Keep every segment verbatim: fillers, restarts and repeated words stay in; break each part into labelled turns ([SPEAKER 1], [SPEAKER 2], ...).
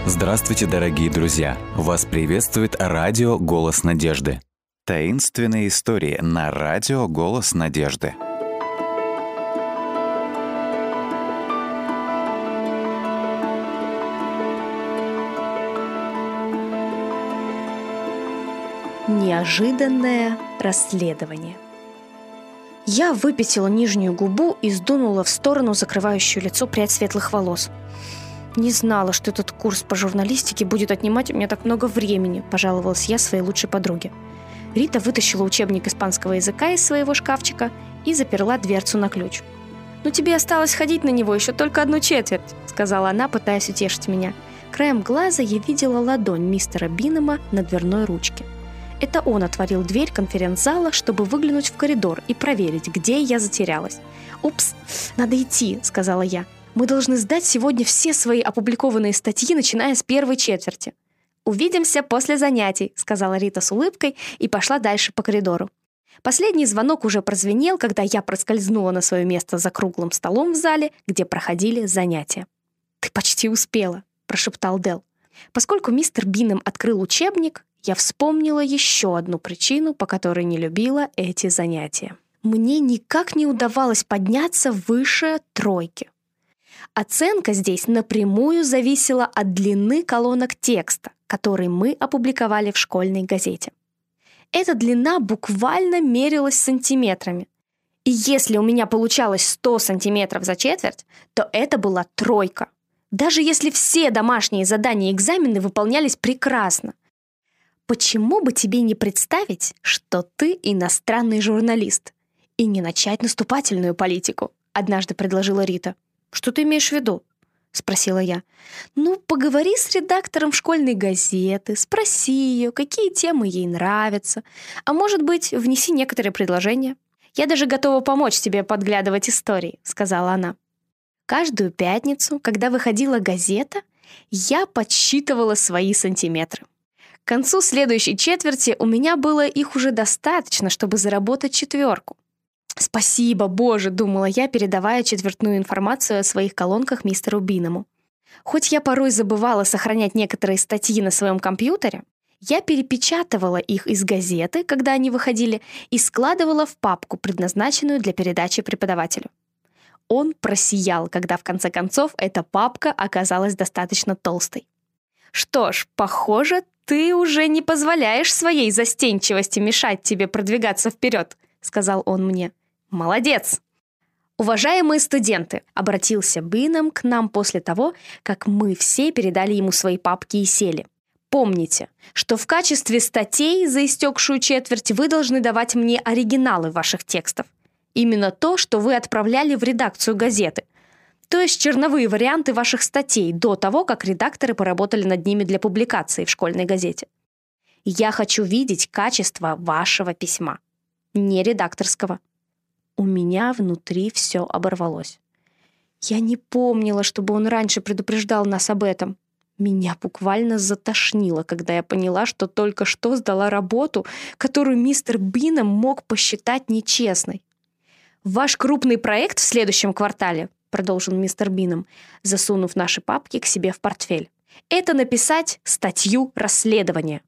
[SPEAKER 1] Здравствуйте, дорогие друзья! Вас приветствует радио «Голос надежды». Таинственные истории на радио «Голос надежды».
[SPEAKER 2] Неожиданное расследование. Я выпятила нижнюю губу и сдунула в сторону закрывающую лицо прядь светлых волос. «Не знала, что этот курс по журналистике будет отнимать у меня так много времени», – пожаловалась я своей лучшей подруге. Рита вытащила учебник испанского языка из своего шкафчика и заперла дверцу на ключ. «Ну тебе осталось ходить на него еще только одну четверть», – сказала она, пытаясь утешить меня. Краем глаза я видела ладонь мистера Бинема на дверной ручке. Это он отворил дверь конференц-зала, чтобы выглянуть в коридор и проверить, где я затерялась. «Упс, надо идти», – сказала я. «Мы должны сдать сегодня все свои опубликованные статьи, начиная с первой четверти». «Увидимся после занятий», — сказала Рита с улыбкой и пошла дальше по коридору. Последний звонок уже прозвенел, когда я проскользнула на свое место за круглым столом в зале, где проходили занятия. «Ты почти успела», — прошептал Дел. Поскольку мистер Бинем открыл учебник, я вспомнила еще одну причину, по которой не любила эти занятия. Мне никак не удавалось подняться выше тройки. Оценка здесь напрямую зависела от длины колонок текста, который мы опубликовали в школьной газете. Эта длина буквально мерилась сантиметрами. И если у меня получалось сто сантиметров за четверть, то это была тройка. Даже если все домашние задания и экзамены выполнялись прекрасно. Почему бы тебе не представить, что ты иностранный журналист, и не начать наступательную политику? Однажды предложила Рита. «Что ты имеешь в виду?» — спросила я. «Ну, поговори с редактором школьной газеты, спроси ее, какие темы ей нравятся, а может быть, внеси некоторые предложения. Я даже готова помочь тебе подглядывать истории», — сказала она. Каждую пятницу, когда выходила газета, я подсчитывала свои сантиметры. К концу следующей четверти у меня было их уже достаточно, чтобы заработать четверку. «Спасибо, Боже!» — думала я, передавая четвертную информацию о своих колонках мистеру Бинему. Хоть я порой забывала сохранять некоторые статьи на своем компьютере, я перепечатывала их из газеты, когда они выходили, и складывала в папку, предназначенную для передачи преподавателю. Он просиял, когда в конце концов эта папка оказалась достаточно толстой. «Что ж, похоже, ты уже не позволяешь своей застенчивости мешать тебе продвигаться вперед», — сказал он мне. «Молодец!» «Уважаемые студенты», — обратился Бинем к нам после того, как мы все передали ему свои папки и сели. «Помните, что в качестве статей за истекшую четверть вы должны давать мне оригиналы ваших текстов. Именно то, что вы отправляли в редакцию газеты. То есть черновые варианты ваших статей до того, как редакторы поработали над ними для публикации в школьной газете. Я хочу видеть качество вашего письма, не редакторского». У меня внутри все оборвалось. Я не помнила, чтобы он раньше предупреждал нас об этом. Меня буквально затошнило, когда я поняла, что только что сдала работу, которую мистер Бинем мог посчитать нечестной. «Ваш крупный проект в следующем квартале», — продолжил мистер Бинем, засунув наши папки к себе в портфель, «это написать статью расследования».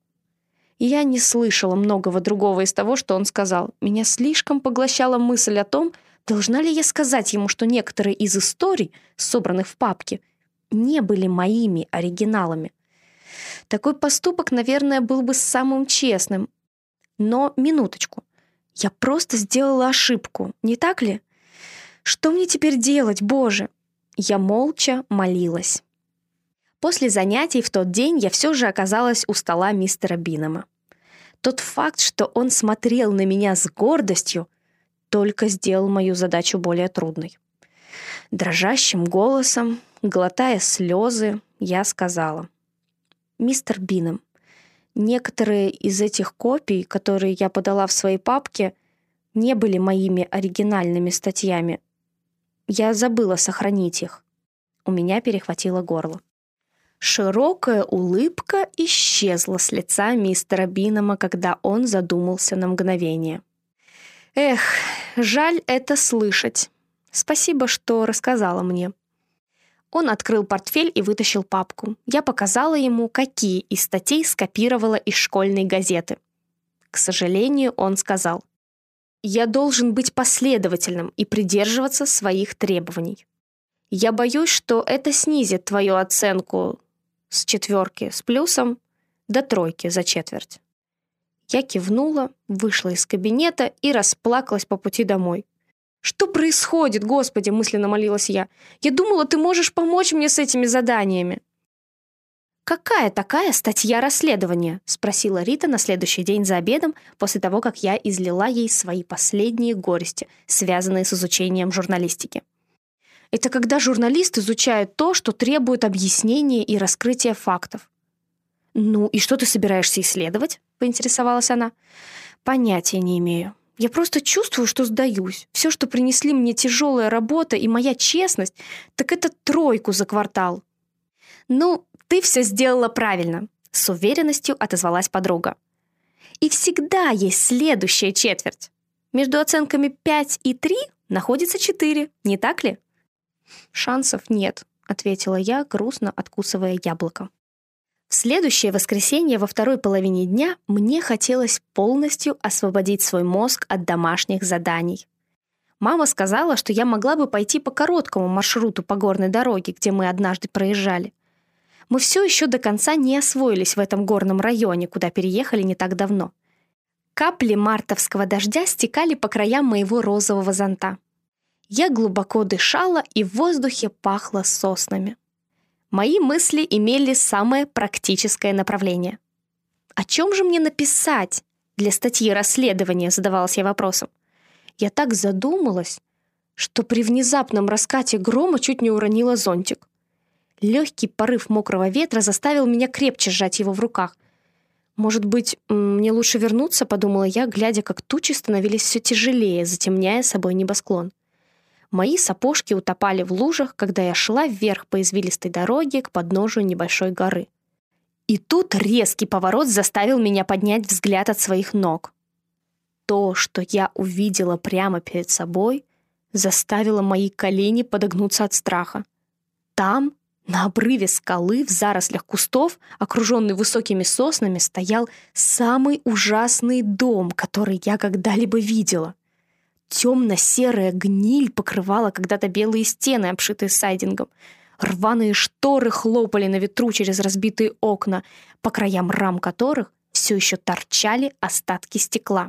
[SPEAKER 2] Я не слышала многого другого из того, что он сказал. Меня слишком поглощала мысль о том, должна ли я сказать ему, что некоторые из историй, собранных в папке, не были моими оригиналами. Такой поступок, наверное, был бы самым честным. Но минуточку. Я просто сделала ошибку, не так ли? Что мне теперь делать, Боже? Я молча молилась. После занятий в тот день я все же оказалась у стола мистера Бинема. Тот факт, что он смотрел на меня с гордостью, только сделал мою задачу более трудной. Дрожащим голосом, глотая слезы, я сказала: «Мистер Бинем, некоторые из этих копий, которые я подала в своей папке, не были моими оригинальными статьями. Я забыла сохранить их». У меня перехватило горло. Широкая улыбка исчезла с лица мистера Бинема, когда он задумался на мгновение. «Эх, жаль это слышать. Спасибо, что рассказала мне». Он открыл портфель и вытащил папку. Я показала ему, какие из статей скопировала из школьной газеты. К сожалению, он сказал: «Я должен быть последовательным и придерживаться своих требований. Я боюсь, что это снизит твою оценку с четверки с плюсом до тройки за четверть». Я кивнула, вышла из кабинета и расплакалась по пути домой. «Что происходит, Господи?» — мысленно молилась я. «Я думала, ты можешь помочь мне с этими заданиями». «Какая такая статья расследования?» — спросила Рита на следующий день за обедом, после того, как я излила ей свои последние горести, связанные с изучением журналистики. «Это когда журналист изучает то, что требует объяснения и раскрытия фактов». «Ну, и что ты собираешься исследовать?» — поинтересовалась она. «Понятия не имею. Я просто чувствую, что сдаюсь. Все, что принесли мне тяжелая работа и моя честность, так это тройку за квартал». «Ну, ты все сделала правильно», — с уверенностью отозвалась подруга. «И всегда есть следующая четверть. Между оценками пять и три находится четыре, не так ли?» «Шансов нет», — ответила я, грустно откусывая яблоко. В следующее воскресенье во второй половине дня мне хотелось полностью освободить свой мозг от домашних заданий. Мама сказала, что я могла бы пойти по короткому маршруту по горной дороге, где мы однажды проезжали. Мы все еще до конца не освоились в этом горном районе, куда переехали не так давно. Капли мартовского дождя стекали по краям моего розового зонта. Я глубоко дышала, и в воздухе пахло соснами. Мои мысли имели самое практическое направление. «О чем же мне написать для статьи расследования?» — задавалась я вопросом. Я так задумалась, что при внезапном раскате грома чуть не уронила зонтик. Легкий порыв мокрого ветра заставил меня крепче сжать его в руках. «Может быть, мне лучше вернуться?» — подумала я, глядя, как тучи становились все тяжелее, затемняя собой небосклон. Мои сапожки утопали в лужах, когда я шла вверх по извилистой дороге к подножию небольшой горы. И тут резкий поворот заставил меня поднять взгляд от своих ног. То, что я увидела прямо перед собой, заставило мои колени подогнуться от страха. Там, на обрыве скалы, в зарослях кустов, окруженный высокими соснами, стоял самый ужасный дом, который я когда-либо видела. Темно-серая гниль покрывала когда-то белые стены, обшитые сайдингом. Рваные шторы хлопали на ветру через разбитые окна, по краям рам которых все еще торчали остатки стекла.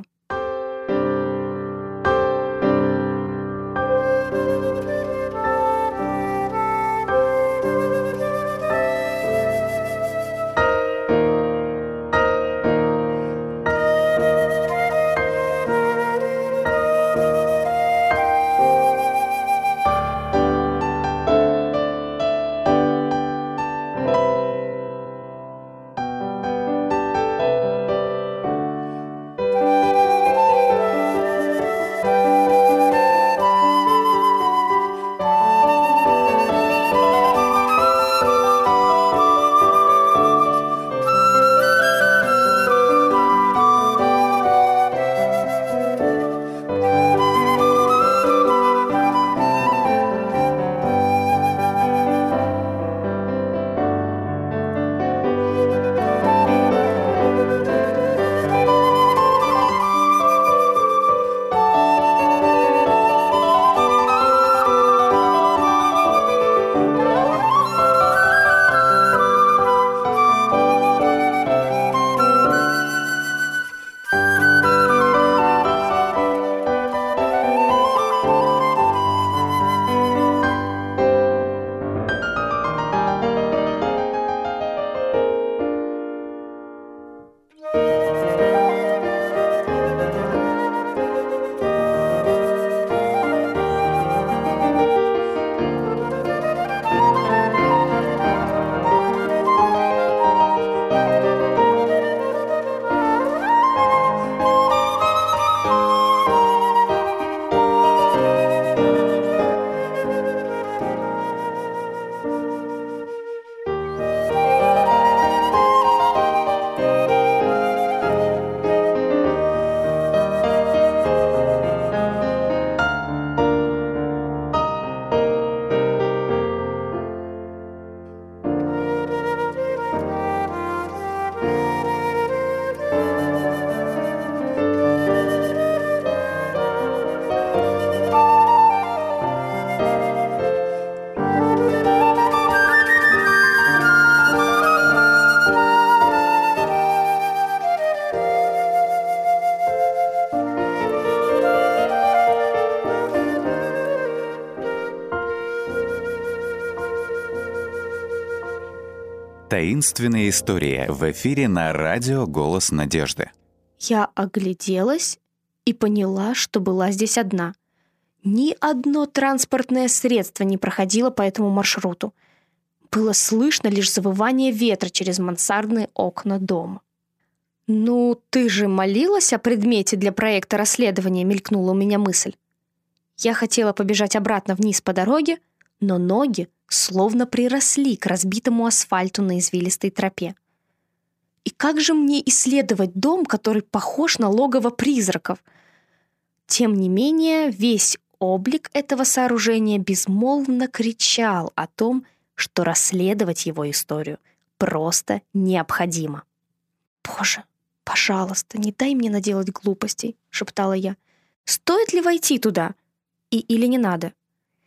[SPEAKER 1] Таинственные истории в эфире на радио «Голос надежды».
[SPEAKER 2] Я огляделась и поняла, что была здесь одна. Ни одно транспортное средство не проходило по этому маршруту. Было слышно лишь завывание ветра через мансардные окна дома. «Ну, ты же молилась о предмете для проекта расследования», — мелькнула у меня мысль. Я хотела побежать обратно вниз по дороге, но ноги словно приросли к разбитому асфальту на извилистой тропе. И как же мне исследовать дом, который похож на логово призраков? Тем не менее, весь облик этого сооружения безмолвно кричал о том, что расследовать его историю просто необходимо. «Боже, пожалуйста, не дай мне наделать глупостей», — шептала я. «Стоит ли войти туда? И, или не надо?»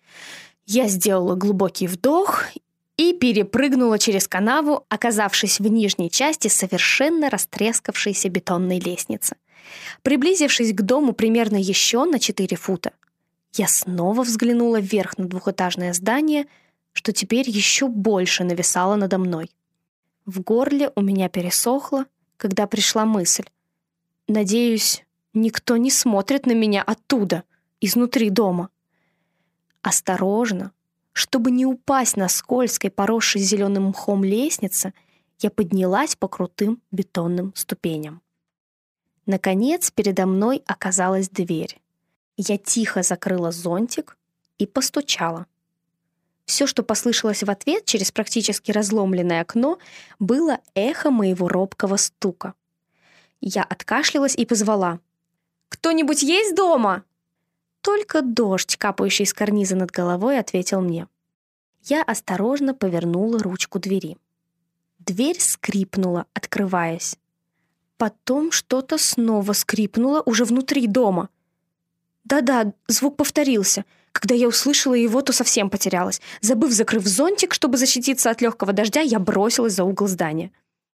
[SPEAKER 2] Я сделала глубокий вдох и перепрыгнула через канаву, оказавшись в нижней части совершенно растрескавшейся бетонной лестницы. Приблизившись к дому примерно еще на четыре фута, я снова взглянула вверх на двухэтажное здание, что теперь еще больше нависало надо мной. В горле у меня пересохло, когда пришла мысль. Надеюсь, никто не смотрит на меня оттуда, изнутри дома. Осторожно, чтобы не упасть на скользкой, поросшей зеленым мхом лестнице, я поднялась по крутым бетонным ступеням. Наконец, передо мной оказалась дверь. Я тихо закрыла зонтик и постучала. Все, что послышалось в ответ через практически разломленное окно, было эхо моего робкого стука. Я откашлялась и позвала. «Кто-нибудь есть дома?» Только дождь, капающий с карниза над головой, ответил мне. Я осторожно повернула ручку двери. Дверь скрипнула, открываясь. Потом что-то снова скрипнуло уже внутри дома. Да-да, звук повторился. Когда я услышала его, то совсем потерялась. Забыв, закрыв зонтик, чтобы защититься от легкого дождя, я бросилась за угол здания.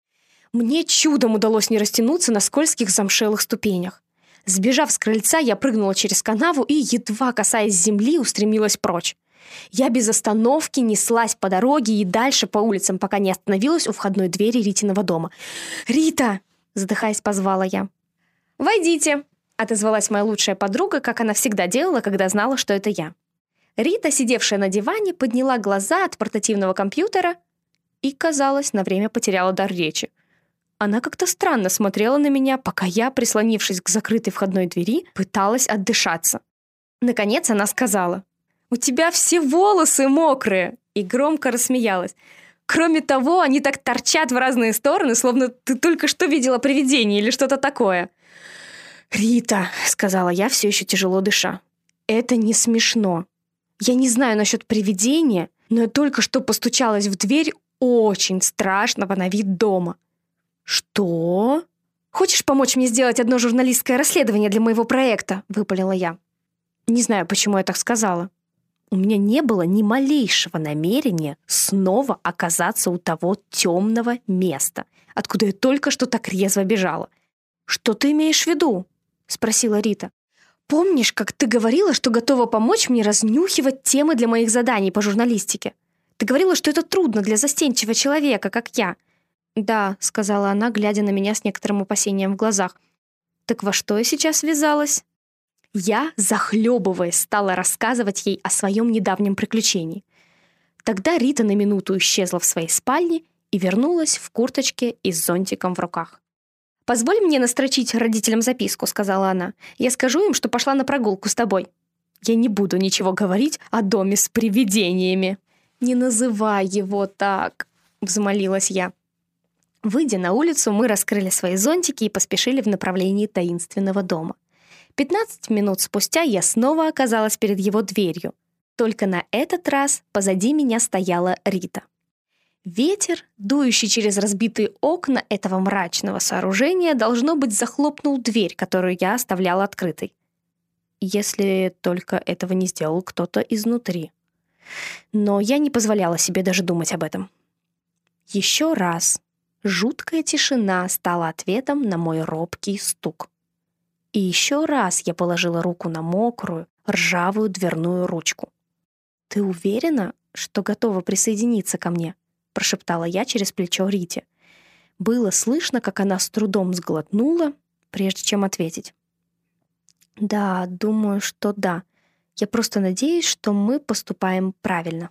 [SPEAKER 2] Мне чудом удалось не растянуться на скользких замшелых ступенях. Сбежав с крыльца, я прыгнула через канаву и, едва касаясь земли, устремилась прочь. Я без остановки неслась по дороге и дальше по улицам, пока не остановилась у входной двери Ритиного дома. «Рита!» — задыхаясь, позвала я. «Войдите!» — отозвалась моя лучшая подруга, как она всегда делала, когда знала, что это я. Рита, сидевшая на диване, подняла глаза от портативного компьютера и, казалось, на время потеряла дар речи. Она как-то странно смотрела на меня, пока я, прислонившись к закрытой входной двери, пыталась отдышаться. Наконец она сказала: «У тебя все волосы мокрые!» и громко рассмеялась. «Кроме того, они так торчат в разные стороны, словно ты только что видела привидение или что-то такое». «Рита», — сказала я, все еще тяжело дыша, — «это не смешно. Я не знаю насчет привидения, но я только что постучалась в дверь очень страшного на вид дома». «Что? Хочешь помочь мне сделать одно журналистское расследование для моего проекта?» — выпалила я. Не знаю, почему я так сказала. У меня не было ни малейшего намерения снова оказаться у того темного места, откуда я только что так резво бежала. «Что ты имеешь в виду?» — спросила Рита. «Помнишь, как ты говорила, что готова помочь мне разнюхивать темы для моих заданий по журналистике? Ты говорила, что это трудно для застенчивого человека, как я». «Да», — сказала она, глядя на меня с некоторым опасением в глазах. «Так во что я сейчас ввязалась?» Я, захлебываясь, стала рассказывать ей о своем недавнем приключении. Тогда Рита на минуту исчезла в своей спальне и вернулась в курточке и с зонтиком в руках. «Позволь мне настрочить родителям записку», — сказала она. «Я скажу им, что пошла на прогулку с тобой. Я не буду ничего говорить о доме с привидениями». «Не называй его так», — взмолилась я. Выйдя на улицу, мы раскрыли свои зонтики и поспешили в направлении таинственного дома. Пятнадцать минут спустя я снова оказалась перед его дверью. Только на этот раз позади меня стояла Рита. Ветер, дующий через разбитые окна этого мрачного сооружения, должно быть, захлопнул дверь, которую я оставляла открытой. Если только этого не сделал кто-то изнутри. Но я не позволяла себе даже думать об этом. Еще раз жуткая тишина стала ответом на мой робкий стук. И еще раз я положила руку на мокрую, ржавую дверную ручку. «Ты уверена, что готова присоединиться ко мне?» — прошептала я через плечо Рите. Было слышно, как она с трудом сглотнула, прежде чем ответить. «Да, думаю, что да. Я просто надеюсь, что мы поступаем правильно».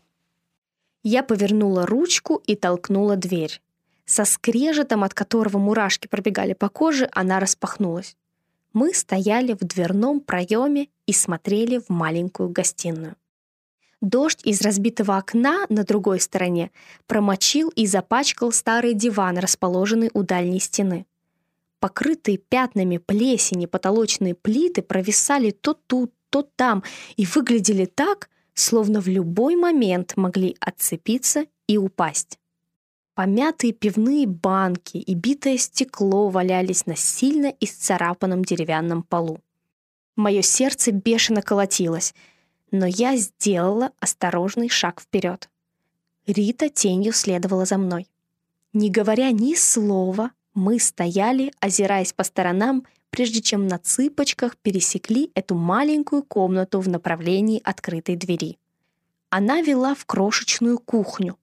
[SPEAKER 2] Я повернула ручку и толкнула дверь. Со скрежетом, от которого мурашки пробегали по коже, она распахнулась. Мы стояли в дверном проеме и смотрели в маленькую гостиную. Дождь из разбитого окна на другой стороне промочил и запачкал старый диван, расположенный у дальней стены. Покрытые пятнами плесени потолочные плиты провисали то тут, то там и выглядели так, словно в любой момент могли отцепиться и упасть. Помятые пивные банки и битое стекло валялись на сильно исцарапанном деревянном полу. Мое сердце бешено колотилось, но я сделала осторожный шаг вперед. Рита тенью следовала за мной. Не говоря ни слова, мы стояли, озираясь по сторонам, прежде чем на цыпочках пересекли эту маленькую комнату в направлении открытой двери. Она вела в крошечную кухню.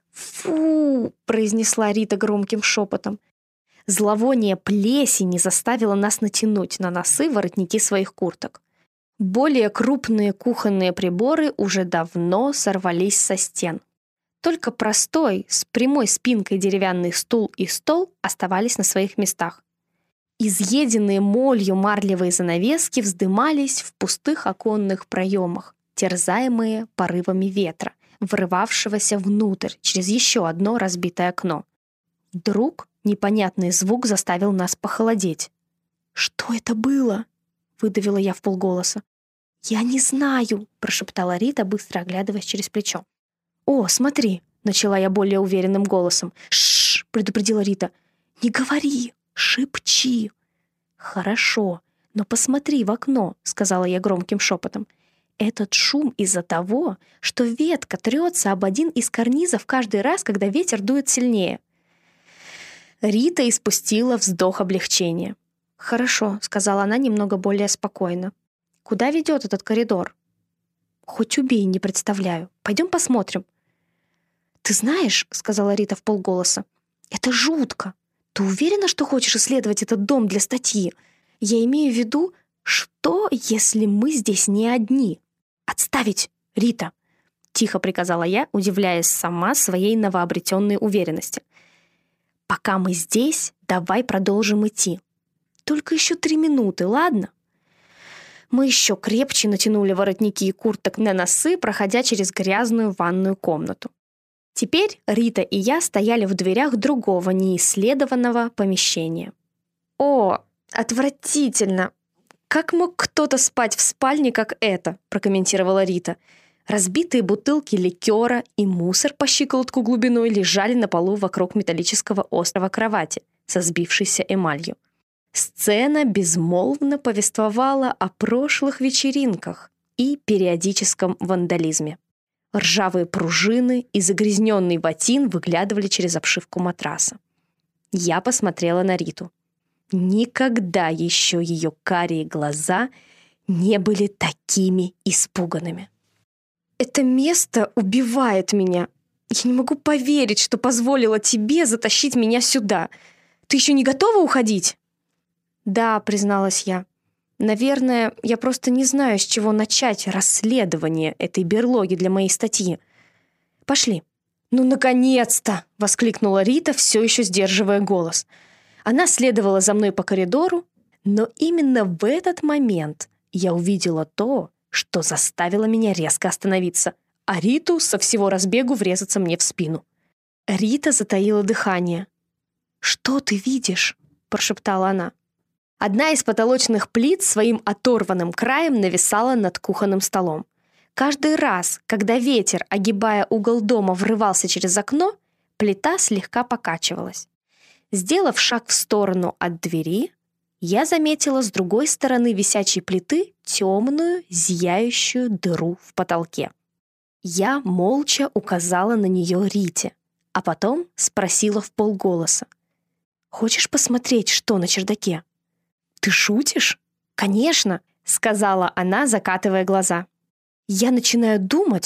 [SPEAKER 2] «Фу!» — произнесла Рита громким шепотом. Зловоние плесени заставило нас натянуть на носы воротники своих курток. Более крупные кухонные приборы уже давно сорвались со стен. Только простой, с прямой спинкой деревянный стул и стол оставались на своих местах. Изъеденные молью марлевые занавески вздымались в пустых оконных проемах, терзаемые порывами ветра, врывавшегося внутрь через еще одно разбитое окно. Вдруг непонятный звук заставил нас похолодеть. «Что это было?» — выдавила я вполголоса. «Я не знаю», — прошептала Рита, быстро оглядываясь через плечо. «О, смотри!» — начала я более уверенным голосом. «Ш-ш-ш!» — предупредила Рита. «Не говори, шепчи». «Хорошо, но посмотри в окно», — сказала я громким шепотом. «Этот шум из-за того, что ветка трется об один из карнизов каждый раз, когда ветер дует сильнее». Рита испустила вздох облегчения. «Хорошо», — сказала она немного более спокойно. «Куда ведет этот коридор?» «Хоть убей, не представляю. Пойдем посмотрим». «Ты знаешь», — сказала Рита вполголоса, — «это жутко. Ты уверена, что хочешь исследовать этот дом для статьи? Я имею в виду, что, если мы здесь не одни?» «Отставить, Рита!» — тихо приказала я, удивляясь сама своей новообретенной уверенности. «Пока мы здесь, давай продолжим идти. Только еще три минуты, ладно?» Мы еще крепче натянули воротники и курток на носы, проходя через грязную ванную комнату. Теперь Рита и я стояли в дверях другого неисследованного помещения. «О, отвратительно! Как мог кто-то спать в спальне, как это?» – прокомментировала Рита. Разбитые бутылки ликера и мусор по щиколотку глубиной лежали на полу вокруг металлического острова кровати со сбившейся эмалью. Сцена безмолвно повествовала о прошлых вечеринках и периодическом вандализме. Ржавые пружины и загрязненный ватин выглядывали через обшивку матраса. Я посмотрела на Риту. Никогда еще ее карие глаза не были такими испуганными. «Это место убивает меня. Я не могу поверить, что позволила тебе затащить меня сюда. Ты еще не готова уходить?» «Да», — призналась я. «Наверное, я просто не знаю, с чего начать расследование этой берлоги для моей статьи. Пошли». «Ну, наконец-то!» — воскликнула Рита, все еще сдерживая голос. Она следовала за мной по коридору, но именно в этот момент я увидела то, что заставило меня резко остановиться, а Риту со всего разбегу врезаться мне в спину. Рита затаила дыхание. «Что ты видишь?» — прошептала она. Одна из потолочных плит своим оторванным краем нависала над кухонным столом. Каждый раз, когда ветер, огибая угол дома, врывался через окно, плита слегка покачивалась. Сделав шаг в сторону от двери, я заметила с другой стороны висячей плиты темную, зияющую дыру в потолке. Я молча указала на нее Рите, а потом спросила вполголоса. «Хочешь посмотреть, что на чердаке?» «Ты шутишь?» «Конечно», — сказала она, закатывая глаза. «Я начинаю думать,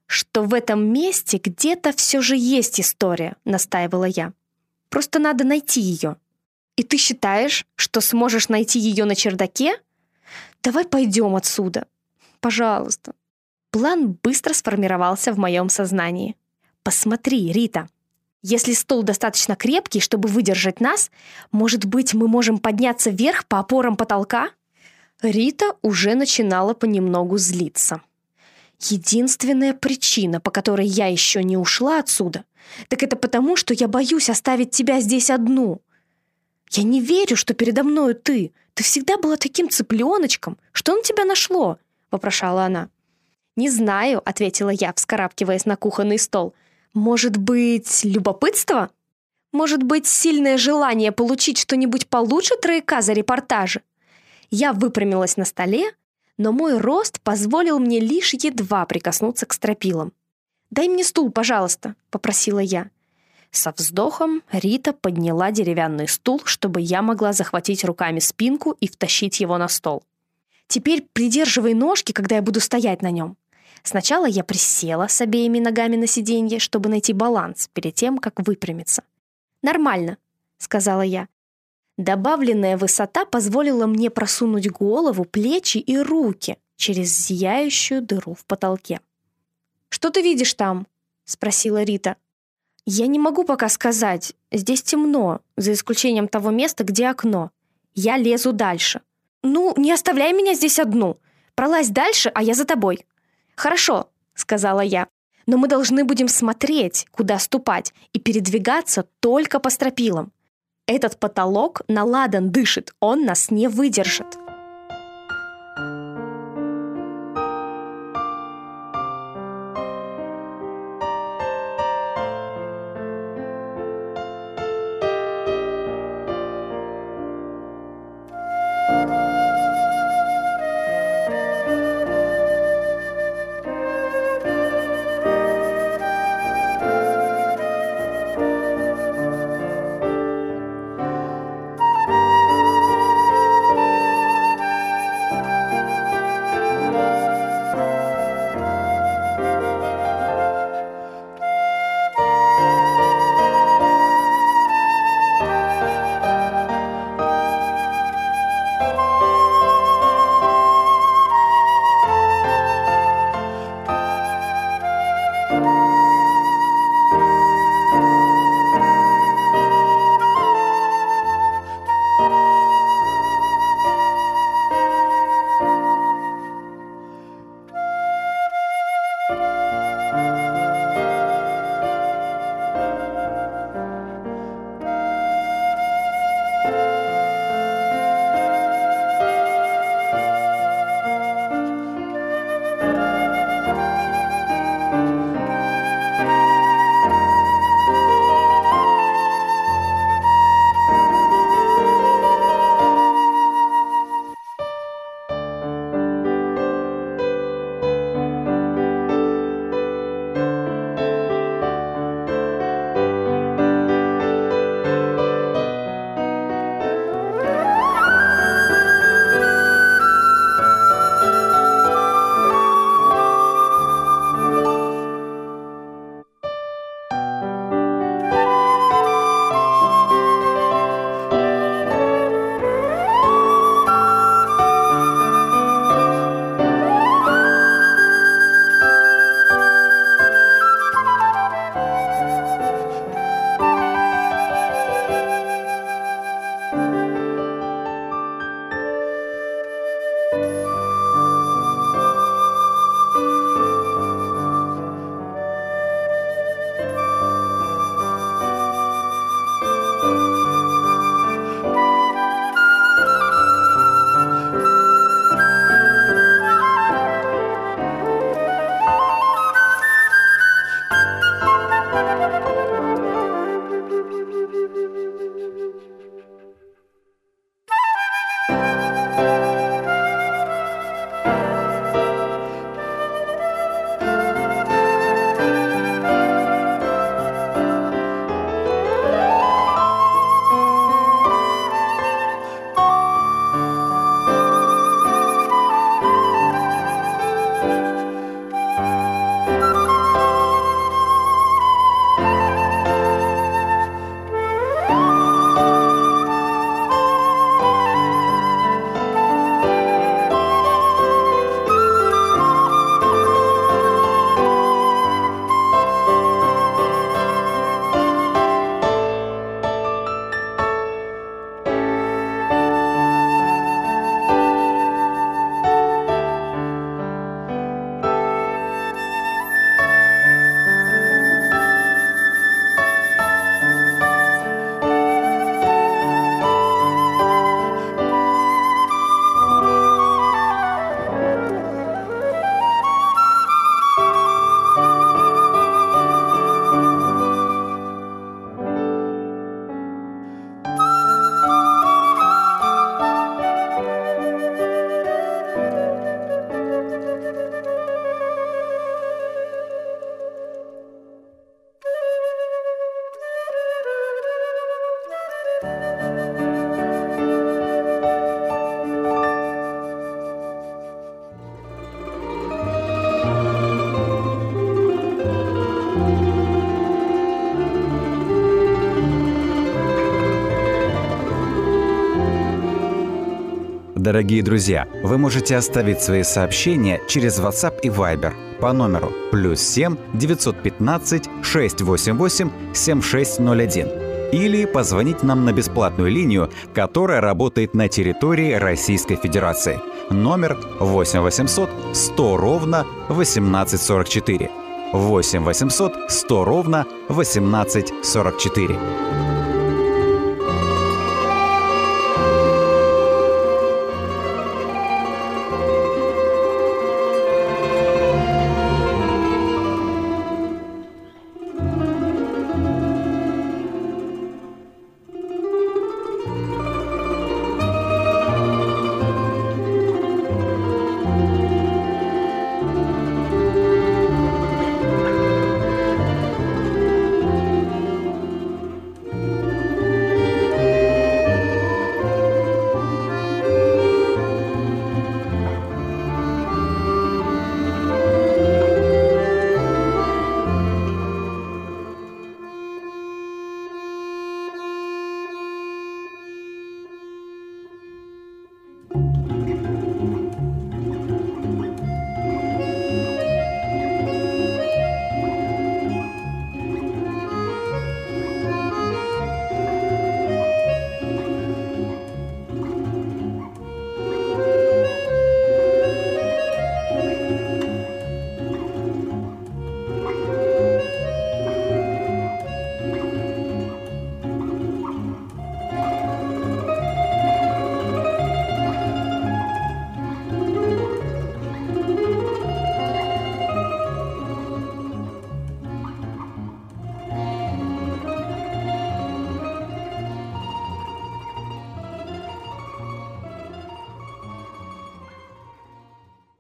[SPEAKER 2] что в этом месте где-то все же есть история, настаивала я. Просто надо найти ее. И ты считаешь, что сможешь найти ее на чердаке? Давай пойдем отсюда. Пожалуйста. План быстро сформировался в моем сознании. Посмотри, Рита. Если стол достаточно крепкий, чтобы выдержать нас, может быть, мы можем подняться вверх по опорам потолка? Рита уже начинала понемногу злиться. Единственная причина, по которой я еще не ушла отсюда, так это потому, что я боюсь оставить тебя здесь одну. Я не верю, что передо мною ты. Ты всегда была таким цыпленочком. Что на тебя нашло? Вопрошала она. Не знаю, ответила я, вскарабкиваясь на кухонный стол. Может быть, любопытство? Может быть, сильное желание получить что-нибудь получше трояка за репортажи? Я выпрямилась на столе, но мой рост позволил мне лишь едва прикоснуться к стропилам. «Дай мне стул, пожалуйста», — попросила я. Со вздохом Рита подняла деревянный стул, чтобы я могла захватить руками спинку и втащить его на стол. «Теперь придерживай ножки, когда я буду стоять на нем». Сначала я присела с обеими ногами на сиденье, чтобы найти баланс перед тем, как выпрямиться. «Нормально», — сказала я. Добавленная высота позволила мне просунуть голову, плечи и руки через зияющую дыру в потолке. «Что ты видишь там?» — спросила Рита. «Я не могу пока сказать. Здесь темно, за исключением того места, где окно. Я лезу дальше». «Ну, не оставляй меня здесь одну. Пролазь дальше, а я за тобой». «Хорошо», — сказала я. «Но мы должны будем смотреть, куда ступать, и передвигаться только по стропилам. Этот потолок наладан дышит, он нас не выдержит».
[SPEAKER 1] Дорогие друзья, вы можете оставить свои сообщения через WhatsApp и Viber по номеру плюс семь девятьсот пятнадцать шестьсот восемьдесят восемь семьдесят шесть ноль один или позвонить нам на бесплатную линию, которая работает на территории Российской Федерации. Номер восемь восемьсот сто ровно восемнадцать сорок четыре. восемь восемьсот сто ровно восемнадцать сорок четыре.